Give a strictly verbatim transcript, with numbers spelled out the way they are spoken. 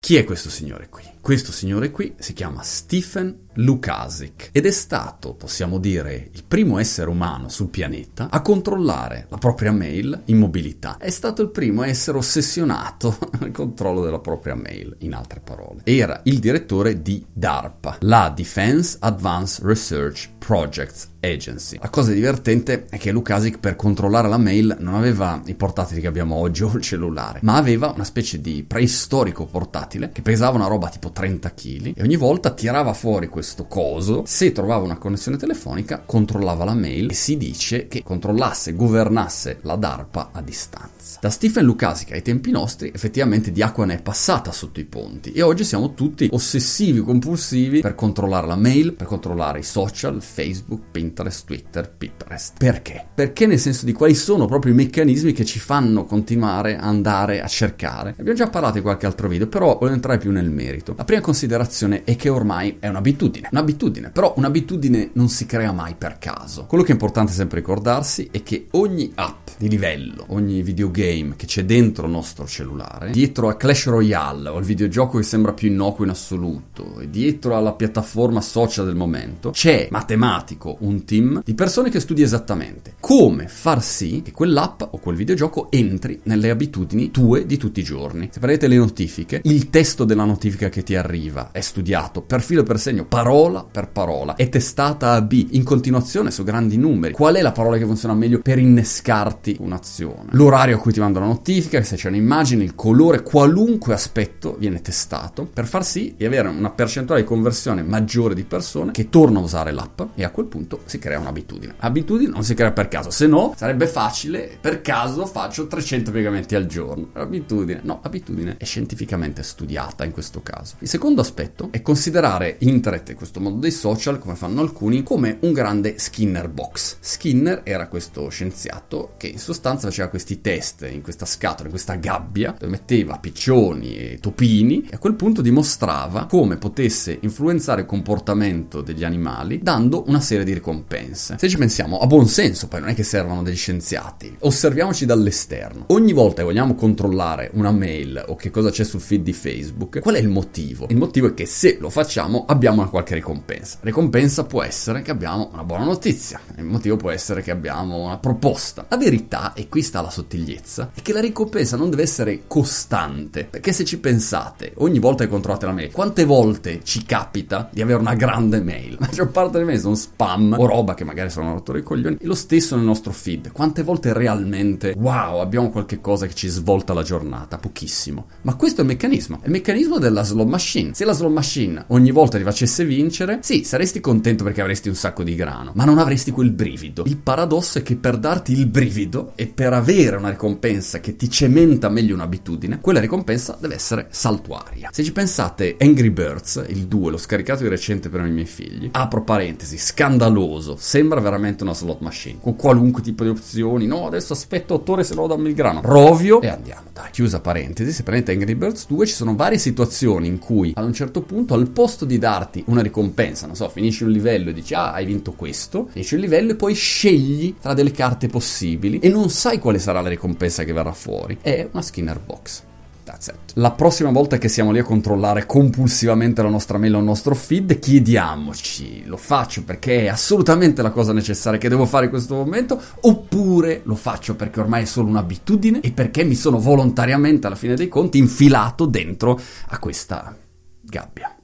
Chi è questo signore qui? Questo signore qui si chiama Stephen Lukasik ed è stato, possiamo dire, il primo essere umano sul pianeta a controllare la propria mail in mobilità. È stato il primo a essere ossessionato al controllo della propria mail, in altre parole. Era il direttore di DARPA, la Defense Advanced Research Projects Agency. La cosa divertente è che Lukasik, per controllare la mail, non aveva i portatili che abbiamo oggi o il cellulare, ma aveva una specie di preistorico portatile che pesava una roba tipo trenta chili e ogni volta tirava fuori questo coso. Se trovava una connessione telefonica, controllava la mail e si dice che controllasse, governasse la DARPA a distanza. Da Stephen Lukasik ai tempi nostri effettivamente di acqua ne è passata sotto i ponti e oggi siamo tutti ossessivi, compulsivi per controllare la mail, per controllare i social, Facebook, Pinterest, Twitter, Pinterest. Perché? Perché nel senso di quali sono proprio i meccanismi che ci fanno continuare a andare a cercare. Abbiamo già parlato in qualche altro video, però voglio entrare più nel merito. La prima considerazione è che ormai è un'abitudine, un'abitudine, però un'abitudine non si crea mai per caso. Quello che è importante sempre ricordarsi è che ogni app di livello, ogni videogame che c'è dentro il nostro cellulare, dietro a Clash Royale o il videogioco che sembra più innocuo in assoluto, e dietro alla piattaforma social del momento, c'è matematico un team di persone che studia esattamente come far sì che quell'app o quel videogioco entri nelle abitudini tue di tutti i giorni. Se prendete le notifiche, il testo della notifica che ti arriva è studiato per filo e per segno, parola per parola, è testata a B in continuazione su grandi numeri. Qual è la parola che funziona meglio per innescarti un'azione? L'orario a cui ti manda la notifica, se c'è un'immagine, il colore, qualunque aspetto viene testato per far sì di avere una percentuale di conversione maggiore di persone che tornano a usare l'app e a quel punto si crea un'abitudine. Abitudine non si crea per caso, se no sarebbe facile, per caso faccio trecento piegamenti al giorno. Abitudine, no, abitudine è scientificamente studiata in questo caso. Il secondo aspetto è considerare internet e questo mondo dei social, come fanno alcuni, come un grande Skinner box. Skinner era questo scienziato che in sostanza faceva questi test in questa scatola, in questa gabbia, dove metteva piccioni e topini e a quel punto dimostrava come potesse influenzare il comportamento degli animali dando una serie di ricompense. Se ci pensiamo, ha buon senso, poi non è che servano degli scienziati. Osserviamoci dall'esterno. Ogni volta che vogliamo controllare una mail o che cosa c'è sul feed di Facebook, qual è il motivo? Il motivo è che se lo facciamo abbiamo una qualche ricompensa. Ricompensa può essere che abbiamo una buona notizia, il motivo può essere che abbiamo una proposta. La verità, e qui sta la sottigliezza, è che la ricompensa non deve essere costante, perché se ci pensate, ogni volta che controllate la mail, quante volte ci capita di avere una grande mail? La maggior parte delle mail sono spam o roba che magari sono rotture i coglioni. E lo stesso nel nostro feed, quante volte realmente wow, abbiamo qualche cosa che ci svolta la giornata? Pochissimo. Ma questo è il meccanismo, è il meccanismo della slot machine. Se la slot machine ogni volta ti facesse vincere, sì, saresti contento perché avresti un sacco di grano, ma non avresti quel brivido. Il paradosso è che per darti il brivido e per avere una ricompensa che ti cementa meglio un'abitudine, quella ricompensa deve essere saltuaria. Se ci pensate, Angry Birds, il due, l'ho scaricato di recente per i miei figli, apro parentesi, scandaloso, sembra veramente una slot machine, con qualunque tipo di opzioni. No, adesso aspetto otto ore se no dammi il grano, rovio e andiamo, dai. Chiusa parentesi, se prendete Angry Birds due ci sono varie situazioni in cui ad un certo punto, al posto di darti una ricompensa, non so, finisci un livello e dici ah, hai vinto questo, finisci il livello e poi scegli tra delle carte possibili e non sai quale sarà la ricompensa che verrà fuori. È una Skinner box. That's it. La prossima volta che siamo lì a controllare compulsivamente la nostra mail o il nostro feed, chiediamoci: lo faccio perché è assolutamente la cosa necessaria che devo fare in questo momento, oppure lo faccio perché ormai è solo un'abitudine e perché mi sono volontariamente alla fine dei conti infilato dentro a questa gabbia.